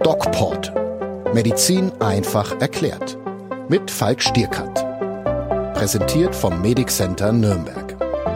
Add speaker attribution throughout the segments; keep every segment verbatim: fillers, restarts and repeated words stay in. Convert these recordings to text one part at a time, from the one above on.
Speaker 1: DocPod. Medizin einfach erklärt. Mit Falk Stierkant. Präsentiert vom Medic Center Nürnberg.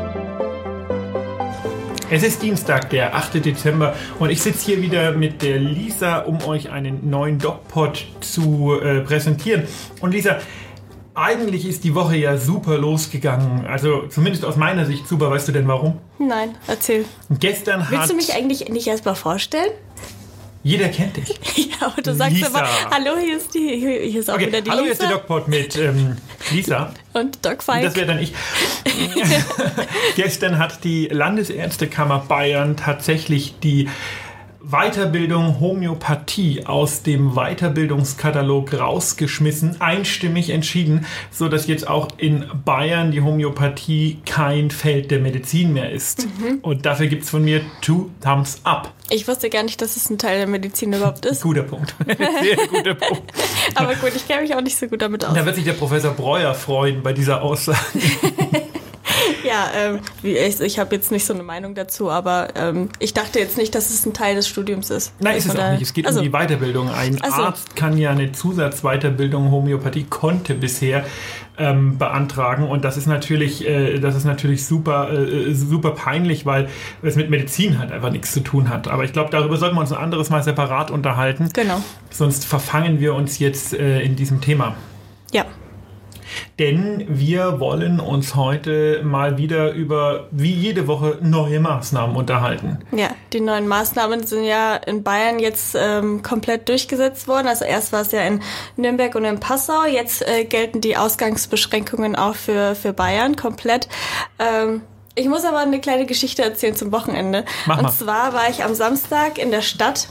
Speaker 2: Es ist Dienstag, der achte Dezember, und ich sitze hier wieder mit der Lisa, um euch einen neuen DocPod zu äh, präsentieren. Und Lisa, eigentlich ist die Woche ja super losgegangen. Also zumindest aus meiner Sicht super. Weißt du denn warum?
Speaker 3: Nein, erzähl.
Speaker 2: Gestern hat...
Speaker 3: Willst du mich eigentlich nicht erst mal vorstellen?
Speaker 2: Jeder kennt dich.
Speaker 3: Ja, aber du sagst
Speaker 2: Lisa.
Speaker 3: immer, hallo, hier ist, die, hier ist auch
Speaker 2: Okay,
Speaker 3: wieder die
Speaker 2: hallo,
Speaker 3: Lisa.
Speaker 2: hier ist der DocPod mit ähm, Lisa.
Speaker 3: Und Doc Falk.
Speaker 2: Das wäre dann ich. Gestern hat die Landesärztekammer Bayern tatsächlich die Weiterbildung Homöopathie aus dem Weiterbildungskatalog rausgeschmissen, einstimmig entschieden, sodass jetzt auch in Bayern die Homöopathie kein Feld der Medizin mehr ist. Mhm. Und dafür gibt es von mir two thumbs up.
Speaker 3: Ich wusste gar nicht, dass es ein Teil der Medizin überhaupt ist.
Speaker 2: Guter Punkt. Sehr guter Punkt.
Speaker 3: Aber gut, ich kenne mich auch nicht so gut damit aus.
Speaker 2: Da wird sich der Professor Breuer freuen bei dieser Aussage.
Speaker 3: Ja, ähm, ich, ich habe jetzt nicht so eine Meinung dazu, aber ähm, ich dachte jetzt nicht, dass es ein Teil des Studiums ist.
Speaker 2: Nein, ist es auch nicht. Es geht also um die Weiterbildung. Ein also. Arzt kann ja eine Zusatzweiterbildung Homöopathie, konnte bisher ähm, beantragen, und das ist natürlich, äh, das ist natürlich super, äh, super peinlich, weil es mit Medizin halt einfach nichts zu tun hat. Aber ich glaube, darüber sollten wir uns ein anderes Mal separat unterhalten.
Speaker 3: Genau.
Speaker 2: Sonst verfangen wir uns jetzt äh, in diesem Thema.
Speaker 3: Ja.
Speaker 2: Denn wir wollen uns heute mal wieder über, wie jede Woche, neue Maßnahmen unterhalten.
Speaker 3: Ja, die neuen Maßnahmen sind ja in Bayern jetzt ähm, komplett durchgesetzt worden. Also erst war es ja in Nürnberg und in Passau. Jetzt äh, gelten die Ausgangsbeschränkungen auch für, für Bayern komplett. Ähm, ich muss aber eine kleine Geschichte erzählen zum Wochenende.
Speaker 2: Mach mal.
Speaker 3: Und zwar war ich am Samstag in der Stadt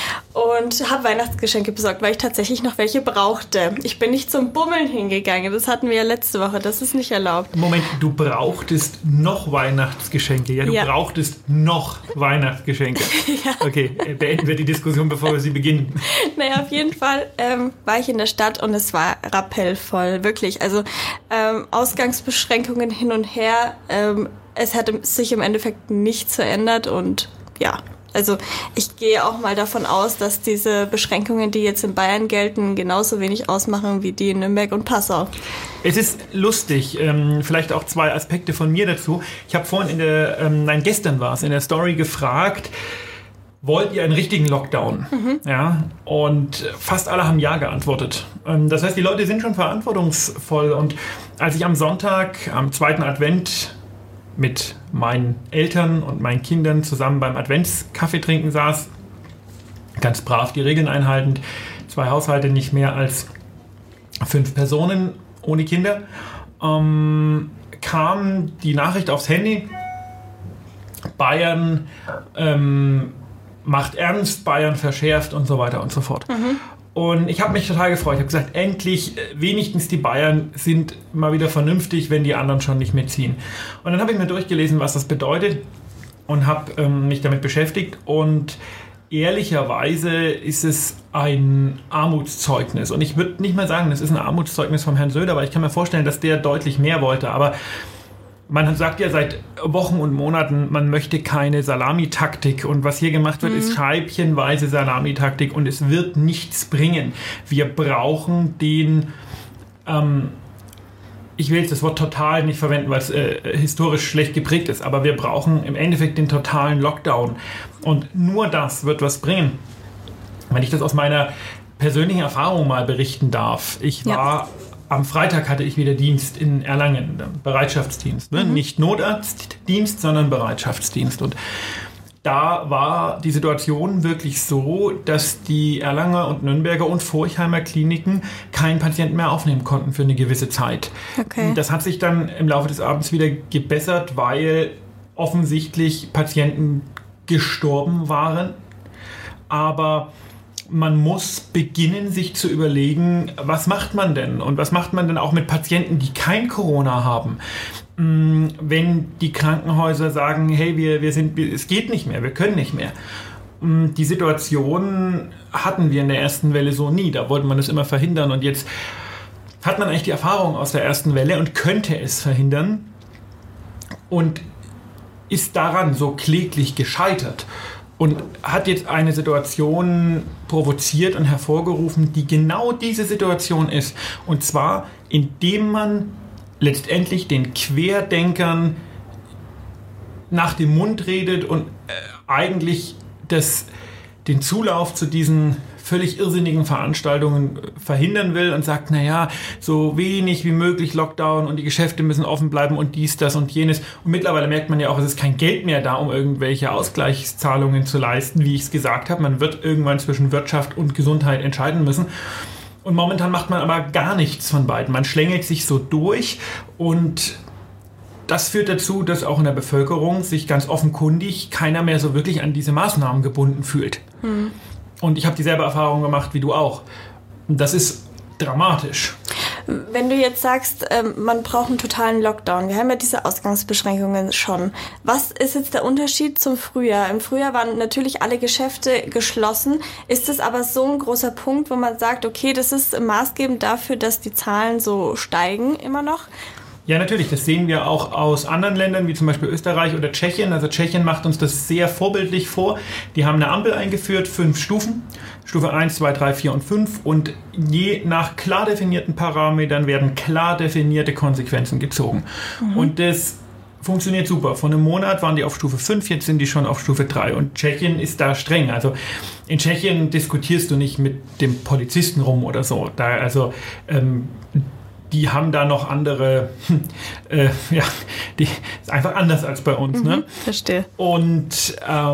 Speaker 3: und habe Weihnachtsgeschenke besorgt, weil ich tatsächlich noch welche brauchte. Ich bin nicht zum Bummeln hingegangen, das hatten wir ja letzte Woche, das ist nicht erlaubt.
Speaker 2: Moment, du brauchtest noch Weihnachtsgeschenke. Ja, du
Speaker 3: ja.
Speaker 2: brauchtest noch Weihnachtsgeschenke. Ja. Okay, beenden wir die Diskussion, bevor wir sie beginnen.
Speaker 3: Naja, auf jeden Fall ähm, war ich in der Stadt und es war rappellvoll, wirklich. Also ähm, Ausgangsbeschränkungen hin und her, ähm, es hat sich im Endeffekt nichts verändert und ja... Also ich gehe auch mal davon aus, dass diese Beschränkungen, die jetzt in Bayern gelten, genauso wenig ausmachen wie die in Nürnberg und Passau.
Speaker 2: Es ist lustig, ähm, vielleicht auch zwei Aspekte von mir dazu. Ich habe vorhin in der, ähm, nein, gestern war es, in der Story gefragt, wollt ihr einen richtigen Lockdown? Mhm. Ja, und fast alle haben ja geantwortet. Ähm, das heißt, die Leute sind schon verantwortungsvoll. Und als ich am Sonntag, am zweiten Advent, mit meinen Eltern und meinen Kindern zusammen beim Adventskaffee trinken saß, ganz brav die Regeln einhaltend, zwei Haushalte, nicht mehr als fünf Personen ohne Kinder, ähm, kam die Nachricht aufs Handy, Bayern ähm, macht ernst, Bayern verschärft und so weiter und so fort. Mhm. Und ich habe mich total gefreut. Ich habe gesagt, endlich, wenigstens die Bayern sind mal wieder vernünftig, wenn die anderen schon nicht mitziehen. Und dann habe ich mir durchgelesen, was das bedeutet, und habe ähm, mich damit beschäftigt. Und ehrlicherweise ist es ein Armutszeugnis. Und ich würde nicht mal sagen, das ist ein Armutszeugnis vom Herrn Söder, weil ich kann mir vorstellen, dass der deutlich mehr wollte. Aber man sagt ja seit Wochen und Monaten, man möchte keine Salamitaktik. Und was hier gemacht wird, mhm. ist scheibchenweise Salamitaktik, und es wird nichts bringen. Wir brauchen den, ähm, ich will jetzt das Wort total nicht verwenden, weil es äh, historisch schlecht geprägt ist, aber wir brauchen im Endeffekt den totalen Lockdown. Und nur das wird was bringen. Wenn ich das aus meiner persönlichen Erfahrung mal berichten darf. Ich war... Ja. Am Freitag hatte ich wieder Dienst in Erlangen, Bereitschaftsdienst. Ne? Mhm. Nicht Notarztdienst, sondern Bereitschaftsdienst. Und da war die Situation wirklich so, dass die Erlanger und Nürnberger und Forchheimer Kliniken keinen Patienten mehr aufnehmen konnten für eine gewisse Zeit.
Speaker 3: Okay.
Speaker 2: Das hat sich dann im Laufe des Abends wieder gebessert, weil offensichtlich Patienten gestorben waren. Aber man muss beginnen, sich zu überlegen, was macht man denn? Und was macht man denn auch mit Patienten, die kein Corona haben? Wenn die Krankenhäuser sagen, hey, wir, wir sind, es geht nicht mehr, wir können nicht mehr. Die Situation hatten wir in der ersten Welle so nie. Da wollte man das immer verhindern. Und jetzt hat man eigentlich die Erfahrung aus der ersten Welle und könnte es verhindern und ist daran so kläglich gescheitert. und hat jetzt eine Situation provoziert und hervorgerufen, die genau diese Situation ist. Und zwar, indem man letztendlich den Querdenkern nach dem Mund redet und äh, eigentlich das, den Zulauf zu diesen völlig irrsinnigen Veranstaltungen verhindern will und sagt, naja, so wenig wie möglich Lockdown und die Geschäfte müssen offen bleiben und dies, das und jenes. Und mittlerweile merkt man ja auch, es ist kein Geld mehr da, um irgendwelche Ausgleichszahlungen zu leisten, wie ich es gesagt habe. Man wird irgendwann zwischen Wirtschaft und Gesundheit entscheiden müssen. Und momentan macht man aber gar nichts von beiden. Man schlängelt sich so durch und das führt dazu, dass auch in der Bevölkerung sich ganz offenkundig keiner mehr so wirklich an diese Maßnahmen gebunden fühlt. Hm. Und ich habe dieselbe Erfahrung gemacht wie du auch. Das ist dramatisch.
Speaker 3: Wenn du jetzt sagst, man braucht einen totalen Lockdown, wir haben ja diese Ausgangsbeschränkungen schon. Was ist jetzt der Unterschied zum Frühjahr? Im Frühjahr waren natürlich alle Geschäfte geschlossen. Ist das aber so ein großer Punkt, wo man sagt, okay, das ist maßgebend dafür, dass die Zahlen so steigen immer noch?
Speaker 2: Ja, natürlich. Das sehen wir auch aus anderen Ländern, wie zum Beispiel Österreich oder Tschechien. Also Tschechien macht uns das sehr vorbildlich vor. Die haben eine Ampel eingeführt, fünf Stufen. Stufe eins, zwei, drei, vier und fünf. Und je nach klar definierten Parametern werden klar definierte Konsequenzen gezogen. Mhm. Und das funktioniert super. Vor einem Monat waren die auf Stufe fünf, jetzt sind die schon auf Stufe drei. Und Tschechien ist da streng. Also in Tschechien diskutierst du nicht mit dem Polizisten rum oder so. Da, also ähm, die haben da noch andere, äh, ja, die ist einfach anders als bei uns. Mhm, ne?
Speaker 3: Verstehe.
Speaker 2: Und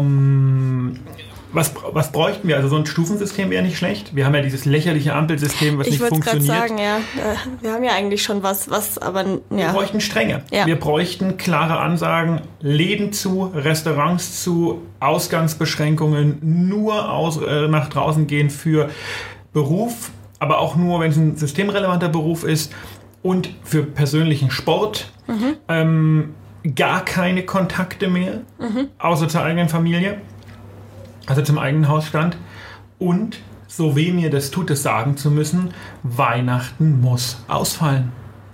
Speaker 2: ähm, was, was bräuchten wir? Also so ein Stufensystem wäre nicht schlecht. Wir haben ja dieses lächerliche Ampelsystem, was
Speaker 3: ich
Speaker 2: nicht funktioniert.
Speaker 3: Ich wollte gerade sagen, ja, wir haben ja eigentlich schon was, was aber, ja.
Speaker 2: Wir bräuchten Strenge. Ja. Wir bräuchten klare Ansagen, Läden zu, Restaurants zu, Ausgangsbeschränkungen, nur aus, äh, nach draußen gehen für Beruf, aber auch nur, wenn es ein systemrelevanter Beruf ist und für persönlichen Sport. Mhm. Ähm, gar keine Kontakte mehr, mhm. außer zur eigenen Familie, also zum eigenen Hausstand. Und, so weh mir das tut, es sagen zu müssen, Weihnachten muss ausfallen.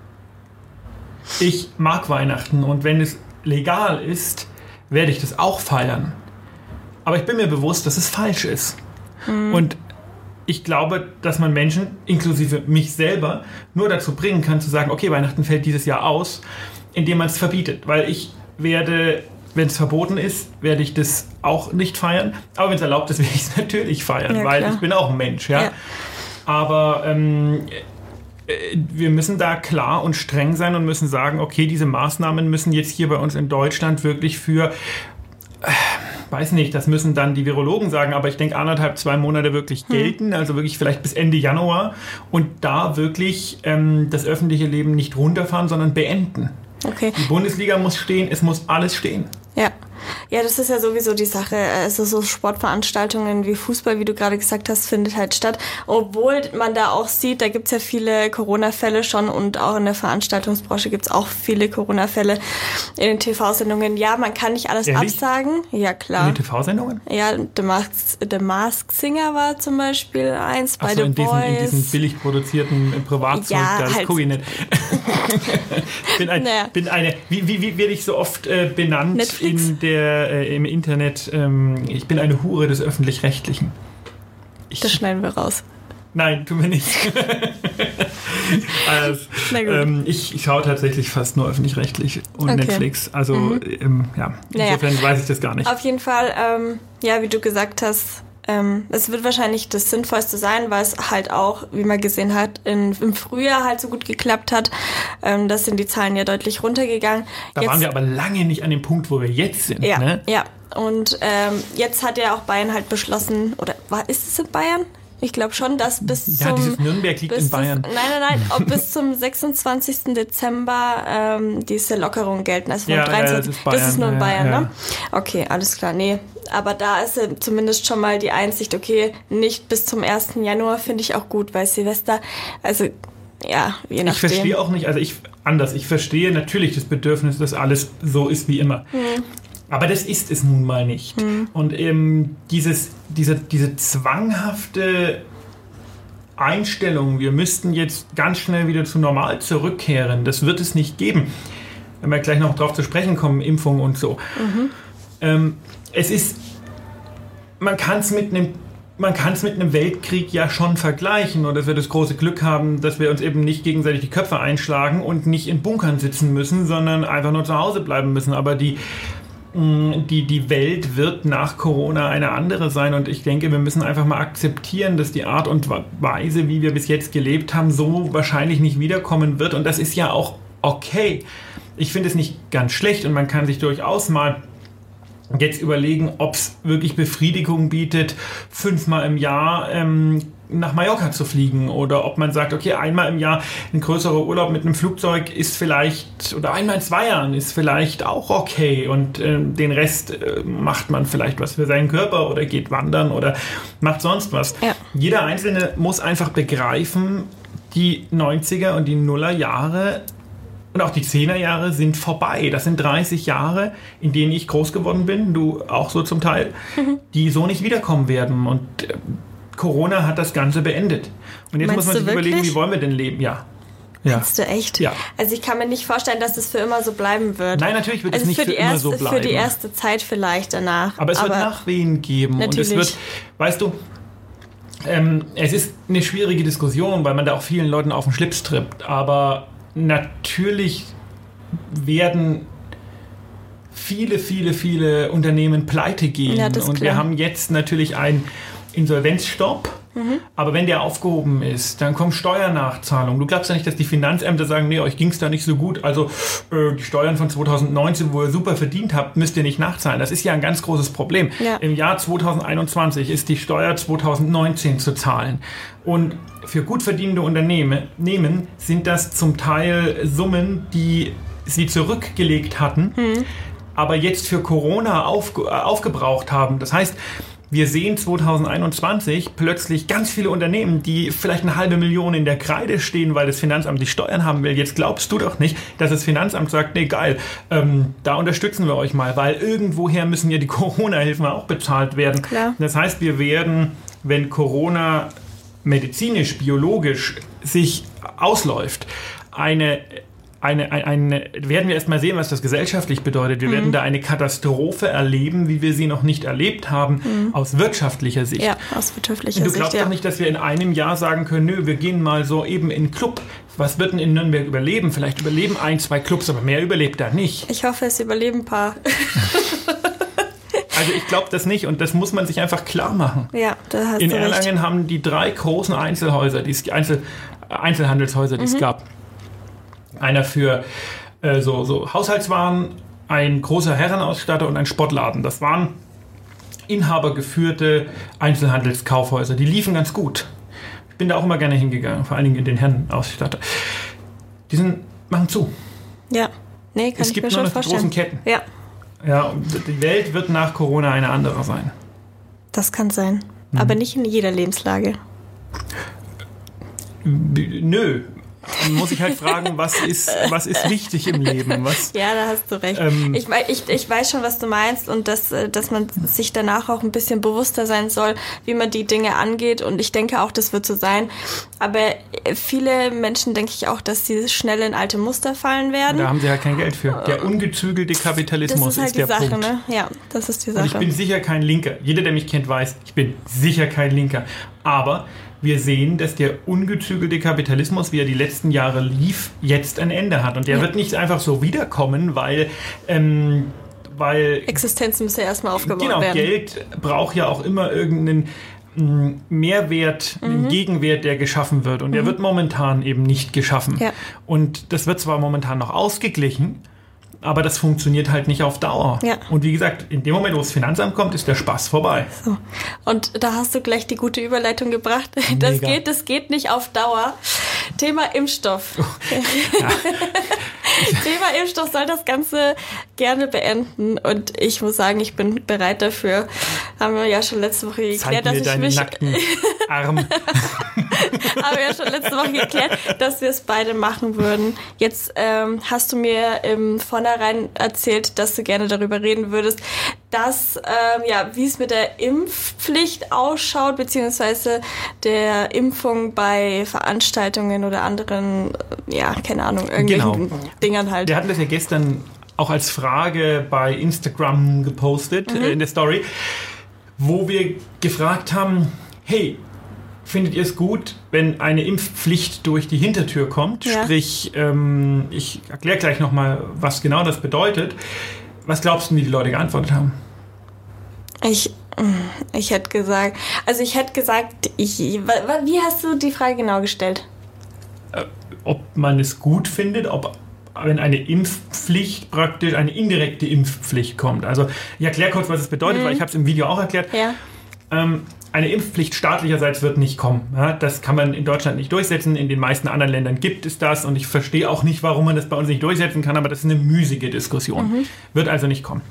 Speaker 2: Ich mag Weihnachten und wenn es legal ist, werde ich das auch feiern. Aber ich bin mir bewusst, dass es falsch ist. Mhm. Und ich glaube, dass man Menschen, inklusive mich selber, nur dazu bringen kann, zu sagen, okay, Weihnachten fällt dieses Jahr aus, indem man es verbietet. Weil ich werde, wenn es verboten ist, werde ich das auch nicht feiern. Aber wenn es erlaubt ist, werde ich es natürlich feiern, ja, weil klar. Ich bin auch ein Mensch. Ja? Ja. Aber ähm, wir müssen da klar und streng sein und müssen sagen, okay, diese Maßnahmen müssen jetzt hier bei uns in Deutschland wirklich für... Äh, weiß nicht, das müssen dann die Virologen sagen, aber ich denke anderthalb, zwei Monate wirklich gelten, hm. also wirklich vielleicht bis Ende Januar und da wirklich ähm, das öffentliche Leben nicht runterfahren, sondern beenden.
Speaker 3: Okay.
Speaker 2: Die Bundesliga muss stehen, es muss alles stehen.
Speaker 3: Ja. Ja, das ist ja sowieso die Sache. Also so Sportveranstaltungen wie Fußball, wie du gerade gesagt hast, findet halt statt. Obwohl man da auch sieht, da gibt's ja viele Corona-Fälle schon und auch in der Veranstaltungsbranche gibt's auch viele Corona-Fälle in den T V-Sendungen. Ja, man kann nicht alles
Speaker 2: Ehrlich?
Speaker 3: absagen. Ja, klar.
Speaker 2: In den T V-Sendungen?
Speaker 3: Ja, The Masked, The Masked Singer war zum Beispiel eins bei
Speaker 2: Ach so,
Speaker 3: The
Speaker 2: in diesen,
Speaker 3: Voice.
Speaker 2: in diesen billig produzierten Privatzeug,
Speaker 3: ja,
Speaker 2: das
Speaker 3: halt.
Speaker 2: gucke ich nicht. bin, ein, naja. bin eine, wie, wie, wie werde ich so oft äh, benannt
Speaker 3: Netflix?
Speaker 2: in der äh, im Internet, ähm, ich bin eine Hure des Öffentlich-Rechtlichen. Ich,
Speaker 3: das schneiden wir raus.
Speaker 2: Nein, tun wir nicht. also, ähm, ich, ich schaue tatsächlich fast nur Öffentlich-Rechtlich und okay. Netflix. Also, mhm. ähm, ja, insofern naja. weiß ich das gar nicht.
Speaker 3: Auf jeden Fall, ähm, ja, wie du gesagt hast, ähm, es wird wahrscheinlich das Sinnvollste sein, weil es halt auch, wie man gesehen hat, in, im Frühjahr halt so gut geklappt hat. Ähm, da sind die Zahlen ja deutlich runtergegangen.
Speaker 2: Da
Speaker 3: jetzt,
Speaker 2: waren wir aber lange nicht an dem Punkt, wo wir jetzt sind.
Speaker 3: Ja,
Speaker 2: ne?
Speaker 3: ja. Und ähm, jetzt hat ja auch Bayern halt beschlossen, oder war, ist es in Bayern? Ich glaube schon, dass bis
Speaker 2: ja,
Speaker 3: zum...
Speaker 2: dieses Nürnberg liegt in Bayern.
Speaker 3: Das, nein, nein, nein, ob bis zum sechsundzwanzigsten Dezember ähm, diese Lockerungen gelten. Also
Speaker 2: ja,
Speaker 3: dreiundzwanzig,
Speaker 2: ja, das, ist
Speaker 3: das ist nur in Bayern,
Speaker 2: ja, ja.
Speaker 3: ne? Okay, alles klar, nee. Aber da ist ja zumindest schon mal die Einsicht, okay, nicht bis zum ersten Januar, finde ich auch gut, weil Silvester, also ja, je nachdem.
Speaker 2: Ich verstehe auch nicht, also ich, anders, ich verstehe natürlich das Bedürfnis, dass alles so ist wie immer. Hm. Aber das ist es nun mal nicht. Hm. Und ähm, dieses, diese, diese zwanghafte Einstellung, wir müssten jetzt ganz schnell wieder zu normal zurückkehren, das wird es nicht geben. Wenn wir gleich noch drauf zu sprechen kommen, Impfung und so. Mhm. Ähm, es ist man kann es mit einem Man kann es mit einem Weltkrieg ja schon vergleichen, oder dass wir das große Glück haben, dass wir uns eben nicht gegenseitig die Köpfe einschlagen und nicht in Bunkern sitzen müssen, sondern einfach nur zu Hause bleiben müssen. Aber die, die, die Welt wird nach Corona eine andere sein, und ich denke, wir müssen einfach mal akzeptieren, dass die Art und Weise, wie wir bis jetzt gelebt haben, so wahrscheinlich nicht wiederkommen wird, und das ist ja auch okay. Ich finde es nicht ganz schlecht, und man kann sich durchaus mal jetzt überlegen, ob es wirklich Befriedigung bietet, fünfmal im Jahr ähm, nach Mallorca zu fliegen, oder ob man sagt, okay, einmal im Jahr ein größerer Urlaub mit einem Flugzeug ist vielleicht, oder einmal in zwei Jahren ist vielleicht auch okay, und äh, den Rest äh, macht man vielleicht was für seinen Körper oder geht wandern oder macht sonst was. Ja. Jeder Einzelne muss einfach begreifen, die neunziger und die Nuller Jahre und auch die zehner Jahre sind vorbei. Das sind dreißig Jahre, in denen ich groß geworden bin, du auch so zum Teil, mhm. die so nicht wiederkommen werden. Und äh, Corona hat das Ganze beendet. Und jetzt Meinst muss man sich überlegen, wie wollen wir denn leben? Ja.
Speaker 3: Ja. Meinst du echt?
Speaker 2: Ja.
Speaker 3: Also ich kann mir nicht vorstellen, dass es für immer so bleiben wird.
Speaker 2: Nein, natürlich wird also es nicht für, für immer
Speaker 3: erste,
Speaker 2: so bleiben.
Speaker 3: Für die erste Zeit vielleicht danach.
Speaker 2: Aber es Aber wird Nachwehen geben.
Speaker 3: Natürlich.
Speaker 2: Und es wird, weißt du, ähm, es ist eine schwierige Diskussion, weil man da auch vielen Leuten auf den Schlips trippt. Aber natürlich werden viele, viele, viele Unternehmen pleite gehen.
Speaker 3: Ja, das ist
Speaker 2: und
Speaker 3: klar.
Speaker 2: Wir haben jetzt natürlich einen Insolvenzstopp. Mhm. Aber wenn der aufgehoben ist, dann kommt Steuernachzahlung. Du glaubst ja nicht, dass die Finanzämter sagen, nee, euch ging es da nicht so gut. Also äh, die Steuern von zwanzig neunzehn, wo ihr super verdient habt, müsst ihr nicht nachzahlen. Das ist ja ein ganz großes Problem.
Speaker 3: Ja.
Speaker 2: Im Jahr zwanzig einundzwanzig ist die Steuer zwanzig neunzehn zu zahlen. Und für gut verdienende Unternehmen nehmen, sind das zum Teil Summen, die sie zurückgelegt hatten, mhm. aber jetzt für Corona auf, äh, aufgebraucht haben. Das heißt, wir sehen zwanzig einundzwanzig plötzlich ganz viele Unternehmen, die vielleicht eine halbe Million in der Kreide stehen, weil das Finanzamt die Steuern haben will. Jetzt glaubst du doch nicht, dass das Finanzamt sagt, nee, geil, ähm, da unterstützen wir euch mal, weil irgendwoher müssen ja die Corona-Hilfen auch bezahlt werden.
Speaker 3: Klar.
Speaker 2: Das heißt, wir werden, wenn Corona medizinisch, biologisch sich ausläuft, eine Eine, eine, eine, werden wir erst mal sehen, was das gesellschaftlich bedeutet. Wir mhm. werden da eine Katastrophe erleben, wie wir sie noch nicht erlebt haben, mhm. aus wirtschaftlicher Sicht.
Speaker 3: Ja, aus wirtschaftlicher
Speaker 2: du
Speaker 3: Sicht,
Speaker 2: glaubst
Speaker 3: ja.
Speaker 2: doch nicht, dass wir in einem Jahr sagen können, nö, wir gehen mal so eben in den Club. Was wird denn in Nürnberg überleben? Vielleicht überleben ein, zwei Clubs, aber mehr überlebt da nicht.
Speaker 3: Ich hoffe, es überleben ein paar.
Speaker 2: Also ich glaube das nicht, und das muss man sich einfach klar machen.
Speaker 3: Ja, da hast
Speaker 2: in
Speaker 3: du recht.
Speaker 2: Erlangen haben die drei großen Einzelhäuser, die es, Einzel, Einzelhandelshäuser, die mhm. es gab, einer für äh, so, so Haushaltswaren, ein großer Herrenausstatter und ein Sportladen. Das waren inhabergeführte Einzelhandelskaufhäuser. Die liefen ganz gut. Ich bin da auch immer gerne hingegangen, vor allen Dingen in den Herrenausstatter. Die sind, machen zu.
Speaker 3: Ja, nee, kann
Speaker 2: es
Speaker 3: ich
Speaker 2: gibt
Speaker 3: mir
Speaker 2: nur
Speaker 3: schon
Speaker 2: noch
Speaker 3: vorstellen.
Speaker 2: Die großen Ketten.
Speaker 3: Ja.
Speaker 2: Ja, und die Welt wird nach Corona eine andere sein.
Speaker 3: Das kann sein. Mhm. Aber nicht in jeder Lebenslage.
Speaker 2: B- nö. Dann muss ich halt fragen, was ist, was ist wichtig im Leben? Was,
Speaker 3: ja, da hast du recht.
Speaker 2: Ähm,
Speaker 3: ich, ich, ich weiß schon, was du meinst, und dass, dass man sich danach auch ein bisschen bewusster sein soll, wie man die Dinge angeht, und ich denke auch, das wird so sein. Aber viele Menschen, denke ich auch, dass sie schnell in alte Muster fallen werden.
Speaker 2: Da haben sie halt kein Geld für. Der ungezügelte Kapitalismus
Speaker 3: das ist, halt
Speaker 2: ist der
Speaker 3: die Sache,
Speaker 2: Punkt.
Speaker 3: Ne? Ja, das ist die Sache.
Speaker 2: Und ich bin sicher kein Linker. Jeder, der mich kennt, weiß, ich bin sicher kein Linker. Aber wir sehen, dass der ungezügelte Kapitalismus, wie er die letzten Jahre lief, jetzt ein Ende hat. Und der ja. wird nicht einfach so wiederkommen, weil... Ähm, weil
Speaker 3: Existenz muss ja erstmal aufgebaut
Speaker 2: genau,
Speaker 3: werden.
Speaker 2: Genau, Geld braucht ja auch immer irgendeinen mh, Mehrwert, mhm. einen Gegenwert, der geschaffen wird. Und mhm. der wird momentan eben nicht geschaffen.
Speaker 3: Ja.
Speaker 2: Und das wird zwar momentan noch ausgeglichen, aber das funktioniert halt nicht auf Dauer.
Speaker 3: Ja.
Speaker 2: Und wie gesagt, in dem Moment, wo das Finanzamt kommt, ist der Spaß vorbei.
Speaker 3: So. Und da hast du gleich die gute Überleitung gebracht. Das geht, das geht nicht auf Dauer. Thema Impfstoff.
Speaker 2: Oh. Ja.
Speaker 3: Thema Impfstoff soll das Ganze gerne beenden. Und ich muss sagen, ich bin bereit dafür. Haben wir ja schon letzte Woche geklärt, dass ich mich...
Speaker 2: nackten Arm.
Speaker 3: Haben wir ja schon letzte Woche geklärt, dass wir es beide machen würden. Jetzt ähm, hast du mir im Vornherein erzählt, dass du gerne darüber reden würdest, dass, ähm, ja, wie es mit der Impfpflicht ausschaut, beziehungsweise der Impfung bei Veranstaltungen oder anderen, ja, keine Ahnung, irgendwelchen
Speaker 2: genau.
Speaker 3: Dingern halt.
Speaker 2: Wir hatten das ja gestern auch als Frage bei Instagram gepostet, mhm. äh, in der Story. wo wir gefragt haben, hey, findet ihr es gut, wenn eine Impfpflicht durch die Hintertür kommt? Ja. Sprich, ähm, ich erkläre gleich nochmal, was genau das bedeutet. Was glaubst du, wie die Leute geantwortet haben?
Speaker 3: Ich, ich hätte gesagt, also ich hätte gesagt, ich, wie hast du die Frage genau gestellt?
Speaker 2: Äh, ob man es gut findet, ob wenn eine Impfpflicht praktisch, eine indirekte Impfpflicht kommt. Also ich erkläre kurz, was es bedeutet, mhm. weil ich habe es im Video auch erklärt.
Speaker 3: Ja.
Speaker 2: Ähm, Eine Impfpflicht staatlicherseits wird nicht kommen. Ja, das kann man in Deutschland nicht durchsetzen. In den meisten anderen Ländern gibt es das. Und ich verstehe auch nicht, warum man das bei uns nicht durchsetzen kann. Aber das ist eine müßige Diskussion. Mhm. Wird also nicht kommen.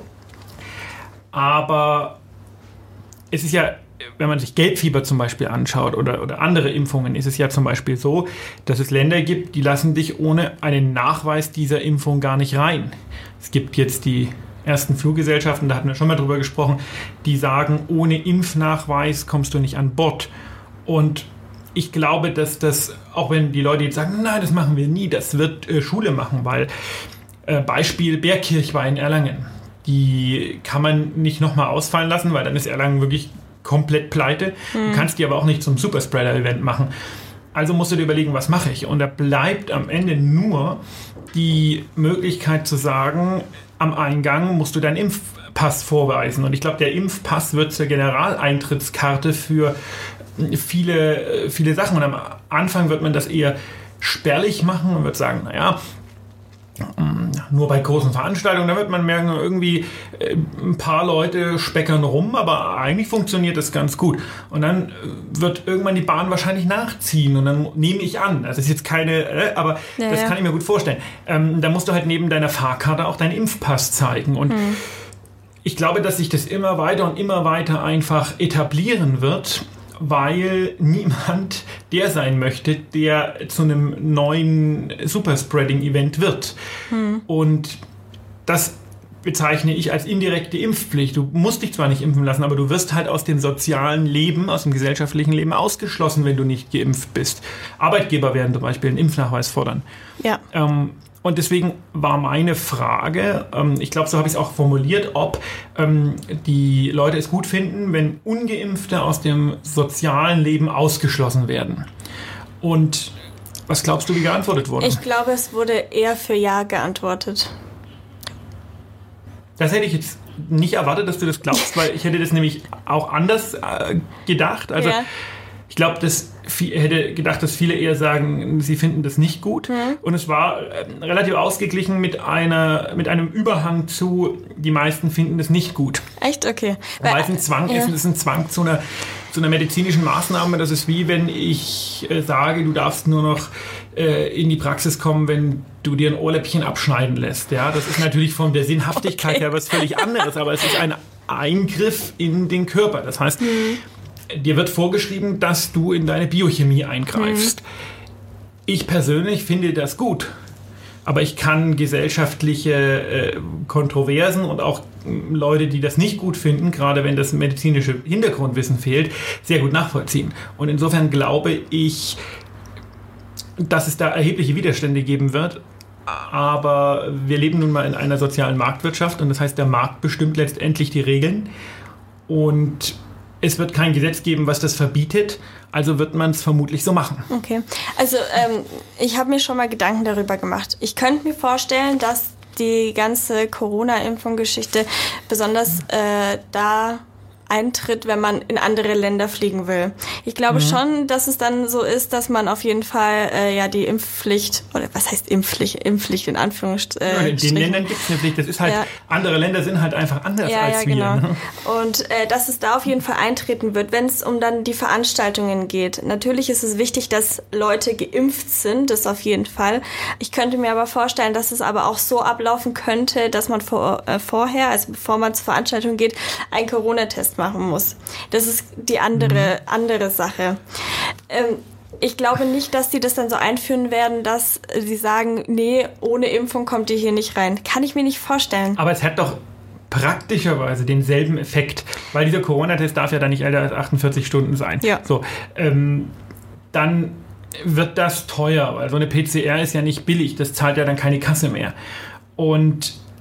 Speaker 2: Aber es ist ja, wenn man sich Gelbfieber zum Beispiel anschaut oder, oder andere Impfungen, ist es ja zum Beispiel so, dass es Länder gibt, die lassen dich ohne einen Nachweis dieser Impfung gar nicht rein. Es gibt jetzt die ersten Fluggesellschaften, da hatten wir schon mal drüber gesprochen, die sagen, ohne Impfnachweis kommst du nicht an Bord. Und ich glaube, dass das, auch wenn die Leute jetzt sagen, nein, das machen wir nie, das wird äh, Schule machen, weil äh, Beispiel Bergkirch war in Erlangen. Die kann man nicht nochmal ausfallen lassen, weil dann ist Erlangen wirklich komplett pleite. Mhm. Du kannst die aber auch nicht zum Superspreader-Event machen. Also musst du dir überlegen, was mache ich? Und da bleibt am Ende nur die Möglichkeit zu sagen, am Eingang musst du deinen Impfpass vorweisen. Und ich glaube, der Impfpass wird zur Generaleintrittskarte für viele, viele Sachen. Und am Anfang wird man das eher spärlich machen und wird sagen, naja, nur bei großen Veranstaltungen, da wird man merken, irgendwie ein paar Leute speckern rum, aber eigentlich funktioniert das ganz gut. Und dann wird irgendwann die Bahn wahrscheinlich nachziehen und dann nehme ich an, das ist jetzt keine, aber ja, das ja. kann ich mir gut vorstellen. Ähm, da musst du halt neben deiner Fahrkarte auch deinen Impfpass zeigen. Und hm. ich glaube, dass sich das immer weiter und immer weiter einfach etablieren wird, weil niemand der sein möchte, der zu einem neuen Superspreading-Event wird. Hm. Und das bezeichne ich als indirekte Impfpflicht. Du musst dich zwar nicht impfen lassen, aber du wirst halt aus dem sozialen Leben, aus dem gesellschaftlichen Leben ausgeschlossen, wenn du nicht geimpft bist. Arbeitgeber werden zum Beispiel einen Impfnachweis fordern.
Speaker 3: Ja.
Speaker 2: Ähm, Und deswegen war meine Frage, ähm, ich glaube, so habe ich es auch formuliert, ob ähm, die Leute es gut finden, wenn Ungeimpfte aus dem sozialen Leben ausgeschlossen werden. Und was glaubst du, wie geantwortet wurde?
Speaker 3: Ich glaube, es wurde eher für Ja geantwortet.
Speaker 2: Das hätte ich jetzt nicht erwartet, dass du das glaubst, weil ich hätte das nämlich auch anders äh, gedacht. Also ja. Ich glaube, dass ich hätte gedacht, dass viele eher sagen, sie finden das nicht gut. Mhm. Und es war äh, relativ ausgeglichen mit einer mit einem Überhang zu, die meisten finden das nicht gut.
Speaker 3: Echt? Okay.
Speaker 2: Weil es ein Zwang ja. ist, es ist ein Zwang zu einer, zu einer medizinischen Maßnahme. Das ist wie, wenn ich äh, sage, du darfst nur noch äh, in die Praxis kommen, wenn du dir ein Ohrläppchen abschneiden lässt. Ja, das ist natürlich von der Sinnhaftigkeit okay. her was völlig anderes, aber es ist ein Eingriff in den Körper. Das heißt, mhm. dir wird vorgeschrieben, dass du in deine Biochemie eingreifst. Mhm. Ich persönlich finde das gut. Aber ich kann gesellschaftliche äh, Kontroversen und auch äh, Leute, die das nicht gut finden, gerade wenn das medizinische Hintergrundwissen fehlt, sehr gut nachvollziehen. Und insofern glaube ich, dass es da erhebliche Widerstände geben wird. Aber wir leben nun mal in einer sozialen Marktwirtschaft und das heißt, der Markt bestimmt letztendlich die Regeln. Und es wird kein Gesetz geben, was das verbietet, also wird man es vermutlich so machen.
Speaker 3: Okay, also ähm, ich habe mir schon mal Gedanken darüber gemacht. Ich könnte mir vorstellen, dass die ganze Corona-Impfung-Geschichte besonders äh, da eintritt, wenn man in andere Länder fliegen will. Ich glaube mhm. schon, dass es dann so ist, dass man auf jeden Fall äh, ja die Impfpflicht, oder was heißt Impfpflicht, Impfpflicht in Anführungsstrichen.
Speaker 2: Ja, in den Ländern gibt es eine Pflicht. Das ist halt, ja. andere Länder sind halt einfach anders
Speaker 3: ja,
Speaker 2: als
Speaker 3: ja,
Speaker 2: wir.
Speaker 3: Genau.
Speaker 2: Ne?
Speaker 3: Und äh, dass es da auf jeden Fall eintreten wird, wenn es um dann die Veranstaltungen geht. Natürlich ist es wichtig, dass Leute geimpft sind, das auf jeden Fall. Ich könnte mir aber vorstellen, dass es aber auch so ablaufen könnte, dass man vor, äh, vorher, also bevor man zur Veranstaltung geht, einen Corona-Test machen muss. Das ist die andere, mhm. andere Sache. Ähm, ich glaube nicht, dass die das dann so einführen werden, dass sie sagen, nee, ohne Impfung kommt ihr hier nicht rein. Kann ich mir nicht vorstellen.
Speaker 2: Aber es hat doch praktischerweise denselben Effekt, weil dieser Corona-Test darf ja dann nicht älter als achtundvierzig Stunden sein.
Speaker 3: Ja.
Speaker 2: So, ähm, dann wird das teuer, weil so eine P C R ist ja nicht billig, das zahlt ja dann keine Kasse mehr. Und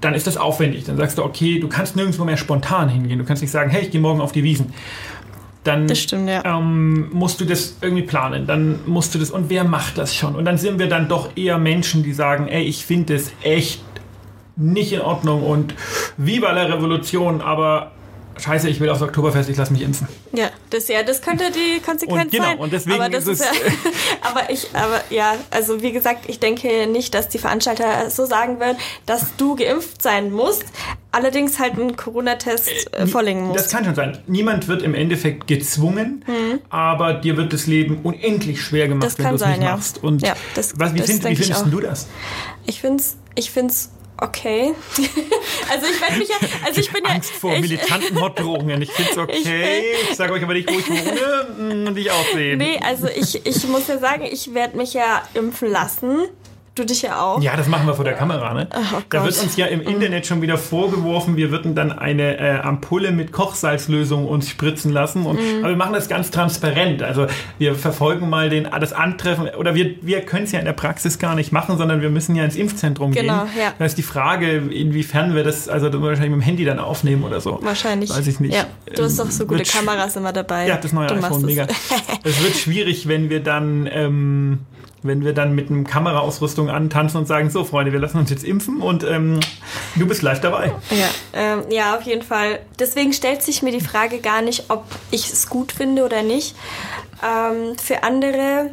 Speaker 2: dann ist das aufwendig. Dann sagst du, okay, du kannst nirgendwo mehr spontan hingehen. Du kannst nicht sagen, hey, ich gehe morgen auf die Wiesn. Dann
Speaker 3: das stimmt, ja.
Speaker 2: ähm, musst du das irgendwie planen. Dann musst du das, und wer macht das schon? Und dann sind wir dann doch eher Menschen, die sagen, ey, ich finde das echt nicht in Ordnung und Viva la Revolution, aber scheiße, ich will aufs Oktoberfest, ich lasse mich impfen.
Speaker 3: Ja, das ja, das könnte die Konsequenz
Speaker 2: und genau,
Speaker 3: sein.
Speaker 2: Und deswegen
Speaker 3: aber das
Speaker 2: ist es
Speaker 3: ist ja, aber ich, aber ja, also wie gesagt, ich denke nicht, dass die Veranstalter so sagen werden, dass du geimpft sein musst, allerdings halt einen Corona-Test äh, vorlegen musst.
Speaker 2: Das kann schon sein. Niemand wird im Endeffekt gezwungen, mhm. aber dir wird das Leben unendlich schwer gemacht,
Speaker 3: das
Speaker 2: wenn du es nicht
Speaker 3: ja.
Speaker 2: machst. Und
Speaker 3: ja, das,
Speaker 2: was, wie,
Speaker 3: das
Speaker 2: find, wie findest du das?
Speaker 3: Ich finde es ich find's okay. Also ich werde mich ja, also ich bin ja
Speaker 2: Angst vor
Speaker 3: ich,
Speaker 2: militanten Morddrohungen. Ich finde es okay. Ich, ich sage euch aber nicht, wo ich wohne und ich aussehen.
Speaker 3: Nee, also ich, ich muss ja sagen, ich werde mich ja impfen lassen. Du dich ja auch.
Speaker 2: Ja, das machen wir vor der Kamera, ne?
Speaker 3: Oh
Speaker 2: da wird uns ja im
Speaker 3: mm.
Speaker 2: Internet schon wieder vorgeworfen, wir würden dann eine äh, Ampulle mit Kochsalzlösung uns spritzen lassen. Und, mm. Aber wir machen das ganz transparent. Also wir verfolgen mal den, das Antreffen. Oder wir, wir können es ja in der Praxis gar nicht machen, sondern wir müssen ja ins Impfzentrum
Speaker 3: genau,
Speaker 2: gehen.
Speaker 3: Ja.
Speaker 2: Da ist die Frage, inwiefern wir das, also das wahrscheinlich mit dem Handy dann aufnehmen oder so.
Speaker 3: Wahrscheinlich.
Speaker 2: Weiß ich nicht.
Speaker 3: Ja. Du hast doch so gute Kameras immer dabei.
Speaker 2: Ja, das neue
Speaker 3: du
Speaker 2: iPhone, mega. Es wird schwierig, wenn wir dann... Ähm, wenn wir dann mit einem Kameraausrüstung antanzen und sagen, so Freunde, wir lassen uns jetzt impfen und ähm, du bist live dabei.
Speaker 3: Ja, ähm, ja, auf jeden Fall. Deswegen stellt sich mir die Frage gar nicht, ob ich es gut finde oder nicht. Ähm, für andere...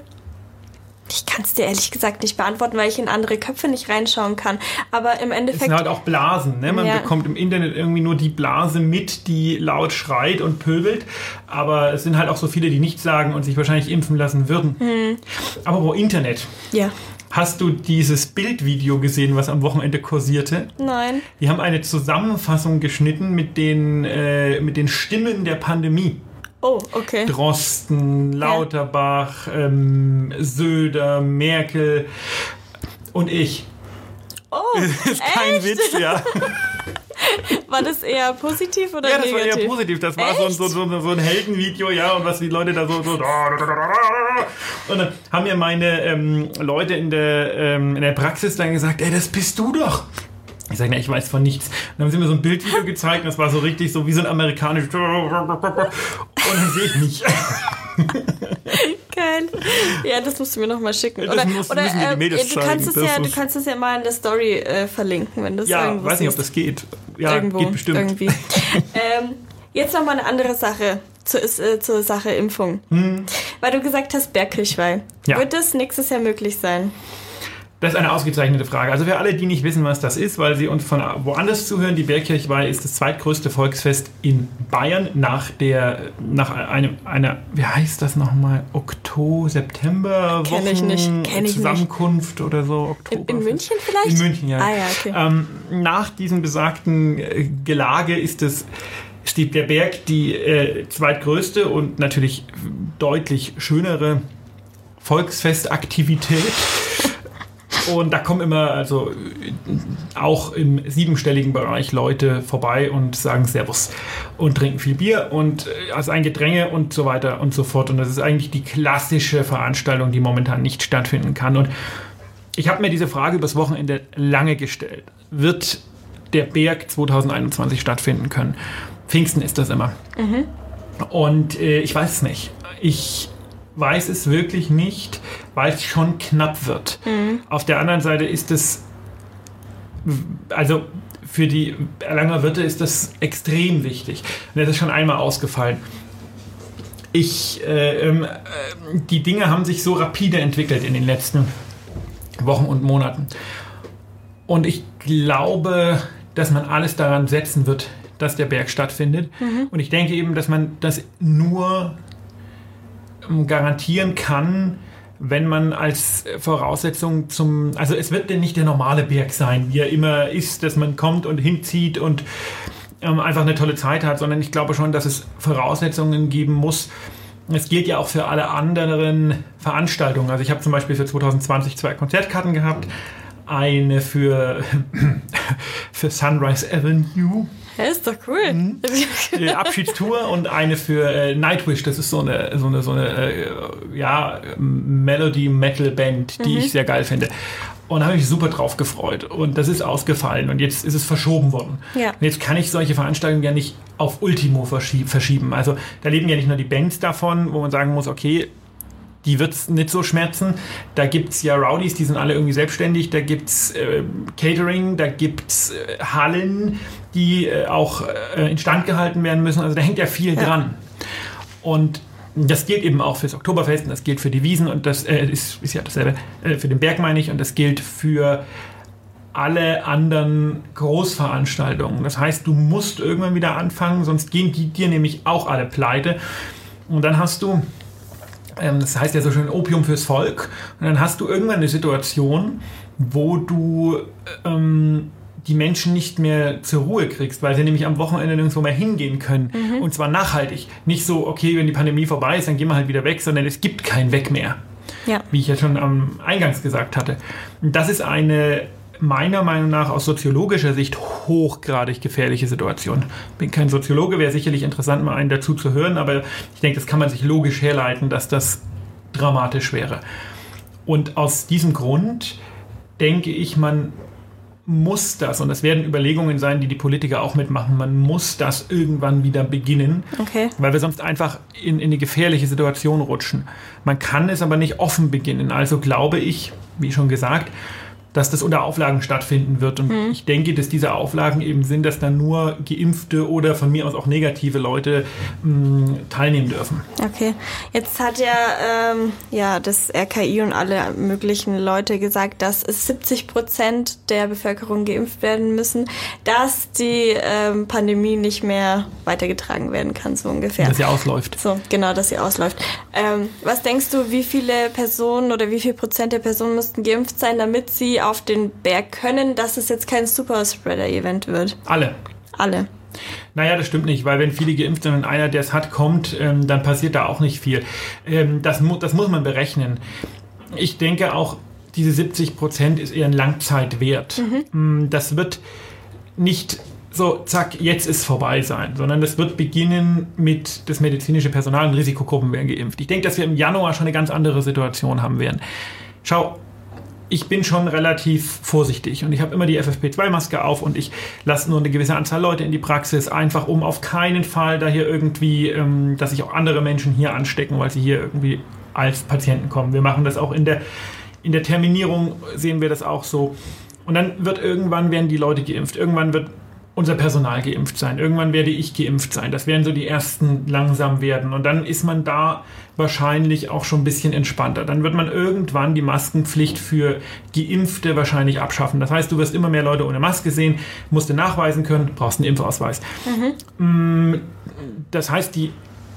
Speaker 3: Ich kann es dir ehrlich gesagt nicht beantworten, weil ich in andere Köpfe nicht reinschauen kann. Aber im Endeffekt...
Speaker 2: Es sind halt auch Blasen. Ne? Man ja. bekommt im Internet irgendwie nur die Blase mit, die laut schreit und pöbelt. Aber es sind halt auch so viele, die nichts sagen und sich wahrscheinlich impfen lassen würden. Hm. Aber wo Internet?
Speaker 3: Ja.
Speaker 2: Hast du dieses Bildvideo gesehen, was am Wochenende kursierte?
Speaker 3: Nein.
Speaker 2: Die haben eine Zusammenfassung geschnitten mit den, äh, mit den Stimmen der Pandemie.
Speaker 3: Oh, okay.
Speaker 2: Drosten, Lauterbach, ja. ähm, Söder, Merkel und ich.
Speaker 3: Oh,
Speaker 2: das ist kein
Speaker 3: echt?
Speaker 2: Witz, ja.
Speaker 3: War das eher positiv oder
Speaker 2: ja, das
Speaker 3: negativ?
Speaker 2: war eher positiv. Das war so, so, so, so ein Heldenvideo, ja, und was die Leute da so... so und dann haben mir meine ähm, Leute in der, ähm, in der Praxis dann gesagt, ey, das bist du doch. Ich sage, na, ich weiß von nichts. Dann haben sie mir so ein Bildvideo gezeigt, und das war so richtig so wie so ein amerikanisches... Und dann sehe ich mich.
Speaker 3: Geil. Ja, das musst du mir nochmal schicken.
Speaker 2: Das
Speaker 3: oder
Speaker 2: muss,
Speaker 3: oder
Speaker 2: müssen wir die Mädels
Speaker 3: äh, du, kannst es
Speaker 2: zeigen.
Speaker 3: ja,
Speaker 2: Das
Speaker 3: du kannst es ja mal in der Story äh, verlinken, wenn du es
Speaker 2: ja,
Speaker 3: irgendwo
Speaker 2: weiß nicht, ob
Speaker 3: siehst.
Speaker 2: das geht. Ja,
Speaker 3: irgendwo,
Speaker 2: geht bestimmt.
Speaker 3: Irgendwie. ähm, jetzt nochmal eine andere Sache zur, äh, zur Sache Impfung.
Speaker 2: Hm.
Speaker 3: Weil du gesagt hast, Bergkirchweih.
Speaker 2: Ja.
Speaker 3: Wird das nächstes Jahr möglich sein?
Speaker 2: Das ist eine ausgezeichnete Frage. Also für alle, die nicht wissen, was das ist, weil sie uns von woanders zuhören, die Bergkirchweih ist das zweitgrößte Volksfest in Bayern nach der, nach einem, einer, wie heißt das nochmal, Oktober, September,
Speaker 3: Kenn ich nicht. Kenn ich
Speaker 2: Zusammenkunft nicht. Oder so.
Speaker 3: In, in München vielleicht?
Speaker 2: In München, ja.
Speaker 3: Ah ja, okay.
Speaker 2: Ähm, nach diesem besagten äh, Gelage ist es ist die, der Berg die äh, zweitgrößte und natürlich deutlich schönere Volksfestaktivität. Und da kommen immer, also auch im siebenstelligen Bereich Leute vorbei und sagen Servus und trinken viel Bier und also ein Gedränge und so weiter und so fort. Und das ist eigentlich die klassische Veranstaltung, die momentan nicht stattfinden kann. Und ich habe mir diese Frage übers Wochenende lange gestellt. Wird der Berg zwanzig einundzwanzig stattfinden können? Pfingsten ist das immer. Mhm. Und äh, ich weiß es nicht. Ich weiß es wirklich nicht, weil es schon knapp wird. Mhm. Auf der anderen Seite ist es, also für die Erlanger Wirte ist das extrem wichtig. Und das ist schon einmal ausgefallen. Ich, äh, äh, die Dinge haben sich so rapide entwickelt in den letzten Wochen und Monaten. Und ich glaube, dass man alles daran setzen wird, dass der Berg stattfindet. Mhm. Und ich denke eben, dass man das nur garantieren kann, wenn man als Voraussetzung zum, also es wird denn nicht der normale Berg sein, wie er immer ist, dass man kommt und hinzieht und ähm, einfach eine tolle Zeit hat, sondern ich glaube schon, dass es Voraussetzungen geben muss. Es gilt ja auch für alle anderen Veranstaltungen. Also ich habe zum Beispiel für zwanzig zwanzig zwei Konzertkarten gehabt, eine für, für Sunrise Avenue
Speaker 3: Ja, ist doch cool. Mhm.
Speaker 2: Abschiedstour und eine für äh, Nightwish. Das ist so eine, so eine, so eine äh, ja, Melody-Metal-Band, die mhm. ich sehr geil finde. Und da habe ich mich super drauf gefreut. Und das ist ausgefallen. Und jetzt ist es verschoben worden. Ja. Und jetzt kann ich solche Veranstaltungen ja nicht auf Ultimo verschieben. Also da leben ja nicht nur die Bands davon, wo man sagen muss, okay, die wird es nicht so schmerzen. Da gibt es ja Rowdies, die sind alle irgendwie selbstständig. Da gibt es äh, Catering, da gibt es äh, Hallen, die äh, auch äh, instand gehalten werden müssen. Also da hängt ja viel ja. dran. Und das gilt eben auch fürs Oktoberfest und das gilt für die Wiesn und das äh, ist, ist ja dasselbe, äh, für den Berg meine ich, und das gilt für alle anderen Großveranstaltungen. Das heißt, du musst irgendwann wieder anfangen, sonst gehen die dir nämlich auch alle pleite. Und dann hast du, ähm, das heißt ja so schön Opium fürs Volk, und dann hast du irgendwann eine Situation, wo du ähm, die Menschen nicht mehr zur Ruhe kriegst, weil sie nämlich am Wochenende nirgendwo mehr hingehen können. Mhm. Und zwar nachhaltig. Nicht so, okay, wenn die Pandemie vorbei ist, dann gehen wir halt wieder weg, sondern es gibt kein Weg mehr. Ja. Wie ich ja schon am Eingangs gesagt hatte. Und das ist eine meiner Meinung nach aus soziologischer Sicht hochgradig gefährliche Situation. Ich bin kein Soziologe, wäre sicherlich interessant, mal einen dazu zu hören, aber ich denke, das kann man sich logisch herleiten, dass das dramatisch wäre. Und aus diesem Grund denke ich, man muss das, und das werden Überlegungen sein, die die Politiker auch mitmachen, man muss das irgendwann wieder beginnen, okay. weil wir sonst einfach in, in eine gefährliche Situation rutschen. Man kann es aber nicht offen beginnen. Also glaube ich, wie schon gesagt, dass das unter Auflagen stattfinden wird. Und hm. ich denke, dass diese Auflagen eben sind, dass dann nur Geimpfte oder von mir aus auch negative Leute mh, teilnehmen dürfen.
Speaker 3: Okay. Jetzt hat ja, ähm, ja das R K I und alle möglichen Leute gesagt, dass es siebzig Prozent der Bevölkerung geimpft werden müssen, dass die ähm, Pandemie nicht mehr weitergetragen werden kann, so ungefähr.
Speaker 2: Dass sie ausläuft.
Speaker 3: So, genau, dass sie ausläuft. Ähm, was denkst du, wie viele Personen oder wie viel Prozent der Personen müssten geimpft sein, damit sie auf den Berg können, dass es jetzt kein Superspreader-Event wird?
Speaker 2: Alle.
Speaker 3: Alle.
Speaker 2: Naja, das stimmt nicht, weil wenn viele geimpft sind und einer, der es hat, kommt, ähm, dann passiert da auch nicht viel. Ähm, das, mu- das muss man berechnen. Ich denke auch, diese siebzig Prozent ist eher ein Langzeitwert. Mhm. Das wird nicht so, zack, jetzt ist vorbei sein, sondern das wird beginnen mit das medizinische Personal und Risikogruppen werden geimpft. Ich denke, dass wir im Januar schon eine ganz andere Situation haben werden. Schau, ich bin schon relativ vorsichtig und ich habe immer die F F P zwei Maske auf und ich lasse nur eine gewisse Anzahl Leute in die Praxis, einfach um auf keinen Fall da hier irgendwie, ähm, dass sich auch andere Menschen hier anstecken, weil sie hier irgendwie als Patienten kommen. Wir machen das auch in der, in der Terminierung, sehen wir das auch so. Und dann wird irgendwann werden die Leute geimpft, irgendwann wird unser Personal geimpft sein. Irgendwann werde ich geimpft sein. Das werden so die ersten langsam werden. Und dann ist man da wahrscheinlich auch schon ein bisschen entspannter. Dann wird man irgendwann die Maskenpflicht für Geimpfte wahrscheinlich abschaffen. Das heißt, du wirst immer mehr Leute ohne Maske sehen, musst du nachweisen können, brauchst einen Impfausweis. Mhm. Das heißt, die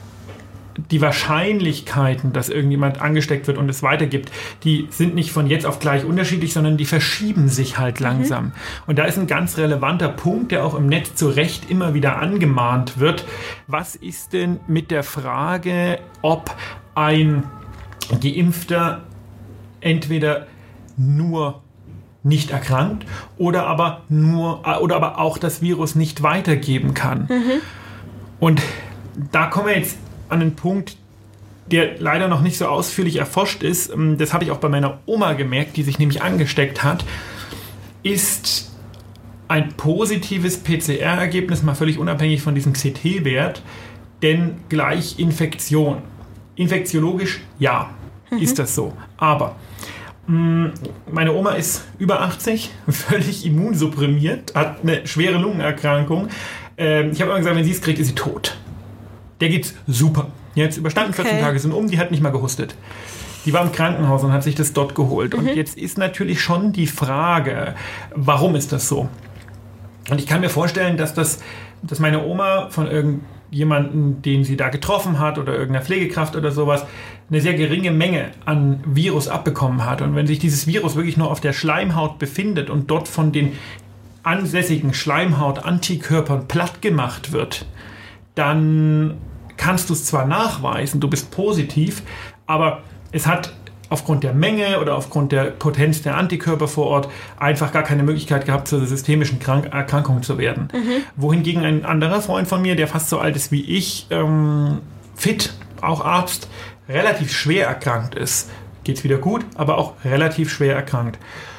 Speaker 2: die Wahrscheinlichkeiten, dass irgendjemand angesteckt wird und es weitergibt, die sind nicht von jetzt auf gleich unterschiedlich, sondern die verschieben sich halt langsam. Mhm. Und da ist ein ganz relevanter Punkt, der auch im Netz zu Recht immer wieder angemahnt wird. Was ist denn mit der Frage, ob ein Geimpfter entweder nur nicht erkrankt oder aber nur oder aber auch das Virus nicht weitergeben kann? Mhm. Und da kommen wir jetzt an einen Punkt, der leider noch nicht so ausführlich erforscht ist. Das habe ich auch bei meiner Oma gemerkt, die sich nämlich angesteckt hat. Ist ein positives P C R-Ergebnis, mal völlig unabhängig von diesem C T-Wert, denn gleich Infektion? Infektiologisch, ja, mhm. ist das so. Aber mh, meine Oma ist über achtzig, völlig immunsupprimiert, hat eine schwere Lungenerkrankung. Ähm, ich habe immer gesagt, wenn sie es kriegt, ist sie tot. Der geht's super. Jetzt überstanden, okay. vierzehn Tage sind um, die hat nicht mal gehustet. Die war im Krankenhaus und hat sich das dort geholt. Mhm. Und jetzt ist natürlich schon die Frage, warum ist das so? Und ich kann mir vorstellen, dass das, dass meine Oma von irgendjemandem, den sie da getroffen hat oder irgendeiner Pflegekraft oder sowas, eine sehr geringe Menge an Virus abbekommen hat. Und wenn sich dieses Virus wirklich nur auf der Schleimhaut befindet und dort von den ansässigen Schleimhaut-Antikörpern platt gemacht wird, dann kannst du es zwar nachweisen, du bist positiv, aber es hat aufgrund der Menge oder aufgrund der Potenz der Antikörper vor Ort einfach gar keine Möglichkeit gehabt, zur systemischen Krank- Erkrankung zu werden. Mhm. Wohingegen ein anderer Freund von mir, der fast so alt ist wie ich, ähm, fit, auch Arzt, relativ schwer erkrankt ist. Geht's wieder gut, aber auch relativ schwer erkrankt.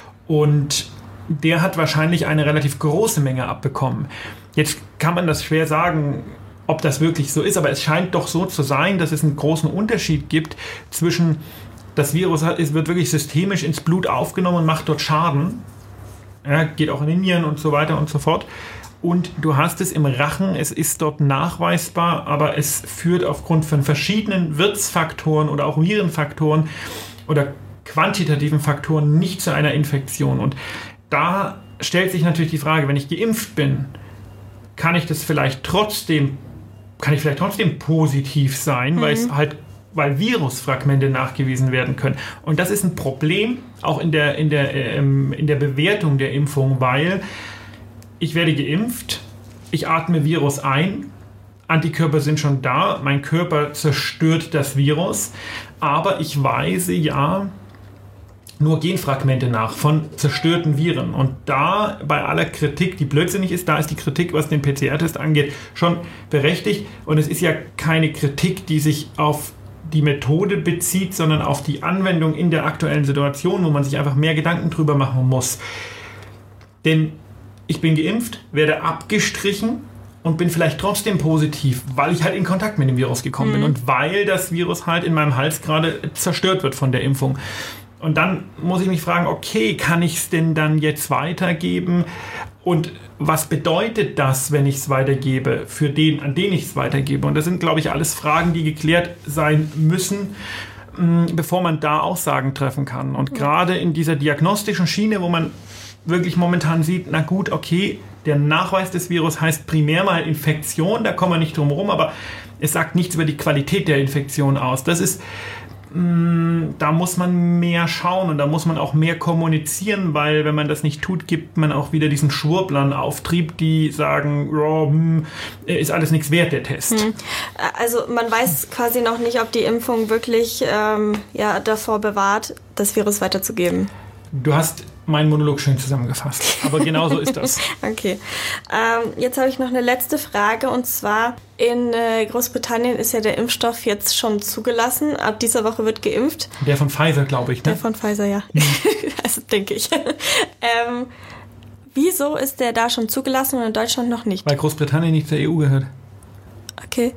Speaker 2: Und der hat wahrscheinlich eine relativ große Menge abbekommen. Jetzt kann man das schwer sagen, ob das wirklich so ist, aber es scheint doch so zu sein, dass es einen großen Unterschied gibt zwischen, das Virus hat, es wird wirklich systemisch ins Blut aufgenommen und macht dort Schaden. Ja, geht auch in den Nieren und so weiter und so fort. Und du hast es im Rachen, es ist dort nachweisbar, aber es führt aufgrund von verschiedenen Wirtsfaktoren oder auch Virenfaktoren oder quantitativen Faktoren nicht zu einer Infektion. Und da stellt sich natürlich die Frage, wenn ich geimpft bin, kann ich das vielleicht trotzdem, kann ich vielleicht trotzdem positiv sein, mhm. weil es halt, weil Virusfragmente nachgewiesen werden können. Und das ist ein Problem, auch in der, in der, ähm, in der Bewertung der Impfung, weil ich werde geimpft, ich atme Virus ein, Antikörper sind schon da, mein Körper zerstört das Virus, aber ich weise ja nur Genfragmente nach von zerstörten Viren. Und da bei aller Kritik, die blödsinnig ist, da ist die Kritik, was den P C R-Test angeht, schon berechtigt. Und es ist ja keine Kritik, die sich auf die Methode bezieht, sondern auf die Anwendung in der aktuellen Situation, wo man sich einfach mehr Gedanken drüber machen muss. Denn ich bin geimpft, werde abgestrichen und bin vielleicht trotzdem positiv, weil ich halt in Kontakt mit dem Virus gekommen mhm. bin und weil das Virus halt in meinem Hals gerade zerstört wird von der Impfung. Und dann muss ich mich fragen, okay, kann ich es denn dann jetzt weitergeben? Und was bedeutet das, wenn ich es weitergebe, für den, an den ich es weitergebe? Und das sind, glaube ich, alles Fragen, die geklärt sein müssen, bevor man da Aussagen treffen kann. Und gerade in dieser diagnostischen Schiene, wo man wirklich momentan sieht, na gut, okay, der Nachweis des Virus heißt primär mal Infektion, da kommen wir nicht drum herum, aber es sagt nichts über die Qualität der Infektion aus. Das ist, mh, da muss man mehr schauen und da muss man auch mehr kommunizieren, weil wenn man das nicht tut, gibt man auch wieder diesen Schwurblern Auftrieb, die sagen, oh, hm, ist alles nichts wert, der Test.
Speaker 3: Hm. Also man weiß quasi noch nicht, ob die Impfung wirklich ähm, ja, davor bewahrt, das Virus weiterzugeben.
Speaker 2: Du hast meinen Monolog schön zusammengefasst. Aber genau so ist das.
Speaker 3: Okay. Ähm, jetzt habe ich noch eine letzte Frage und zwar in äh, Großbritannien ist ja der Impfstoff jetzt schon zugelassen. Ab dieser Woche wird geimpft.
Speaker 2: Der von Pfizer, glaube ich, ne?
Speaker 3: Der von Pfizer, ja. Mhm. Also denke ich. ähm, wieso ist der da schon zugelassen und in Deutschland noch nicht?
Speaker 2: Weil Großbritannien nicht zur E U gehört.
Speaker 3: Okay.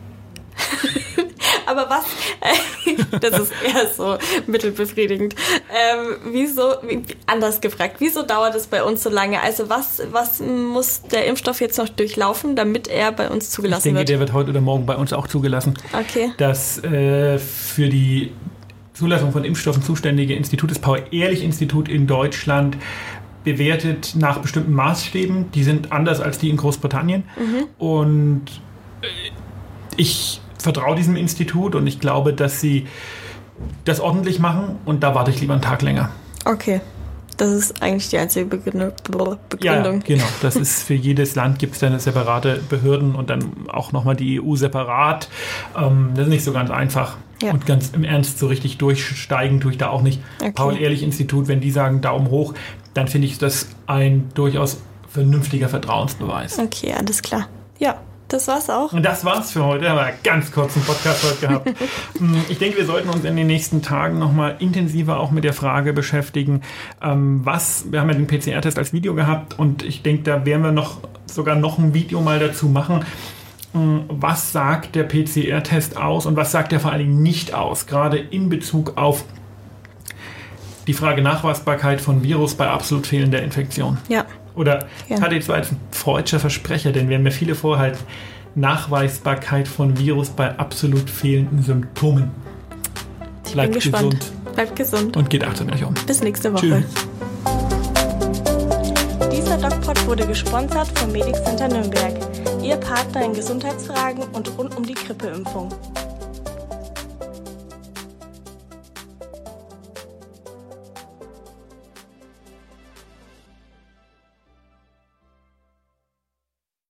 Speaker 3: Aber was, äh, das ist eher so mittelbefriedigend. Ähm, wieso, wie, anders gefragt, wieso dauert es bei uns so lange? Also was, was muss der Impfstoff jetzt noch durchlaufen, damit er bei uns zugelassen
Speaker 2: wird? Ich denke,
Speaker 3: wird?
Speaker 2: der wird heute oder morgen bei uns auch zugelassen.
Speaker 3: Okay.
Speaker 2: Das äh, für die Zulassung von Impfstoffen zuständige Institut, das Paul-Ehrlich-Institut in Deutschland, bewertet nach bestimmten Maßstäben. Die sind anders als die in Großbritannien. Mhm. Und äh, ich vertraue diesem Institut und ich glaube, dass sie das ordentlich machen und da warte ich lieber einen Tag länger.
Speaker 3: Okay, das ist eigentlich die einzige Begründung.
Speaker 2: Ja, genau. Das ist für jedes Land gibt es dann separate Behörden und dann auch nochmal die E U separat. Ähm, das ist nicht so ganz einfach. Ja. Und ganz im Ernst so richtig durchsteigen tue ich da auch nicht. Okay. Paul-Ehrlich-Institut, wenn die sagen Daumen hoch, dann finde ich das ein durchaus vernünftiger Vertrauensbeweis.
Speaker 3: Okay, alles klar. Ja. Das war's auch.
Speaker 2: Und das war's für heute. Aber ganz kurzen Podcast heute gehabt. Ich denke, wir sollten uns in den nächsten Tagen nochmal intensiver auch mit der Frage beschäftigen, was, wir haben ja den P C R-Test als Video gehabt und ich denke, da werden wir noch sogar noch ein Video mal dazu machen. Was sagt der P C R-Test aus und was sagt er vor allen Dingen nicht aus? Gerade in Bezug auf die Frage Nachweisbarkeit von Virus bei absolut fehlender Infektion.
Speaker 3: Ja.
Speaker 2: Oder
Speaker 3: ja.
Speaker 2: hatte jetzt ein freudscher Versprecher, denn wir haben ja viele vorhalten, Nachweisbarkeit von Virus bei absolut fehlenden Symptomen.
Speaker 3: Ich Bleibt bin gespannt.
Speaker 2: gesund.
Speaker 3: Bleibt gesund.
Speaker 2: Und geht achtsam euch um.
Speaker 3: Bis nächste Woche.
Speaker 2: Tschüss.
Speaker 4: Dieser DocPod wurde gesponsert vom Medic Center Nürnberg. Ihr Partner in Gesundheitsfragen und rund um die Grippeimpfung.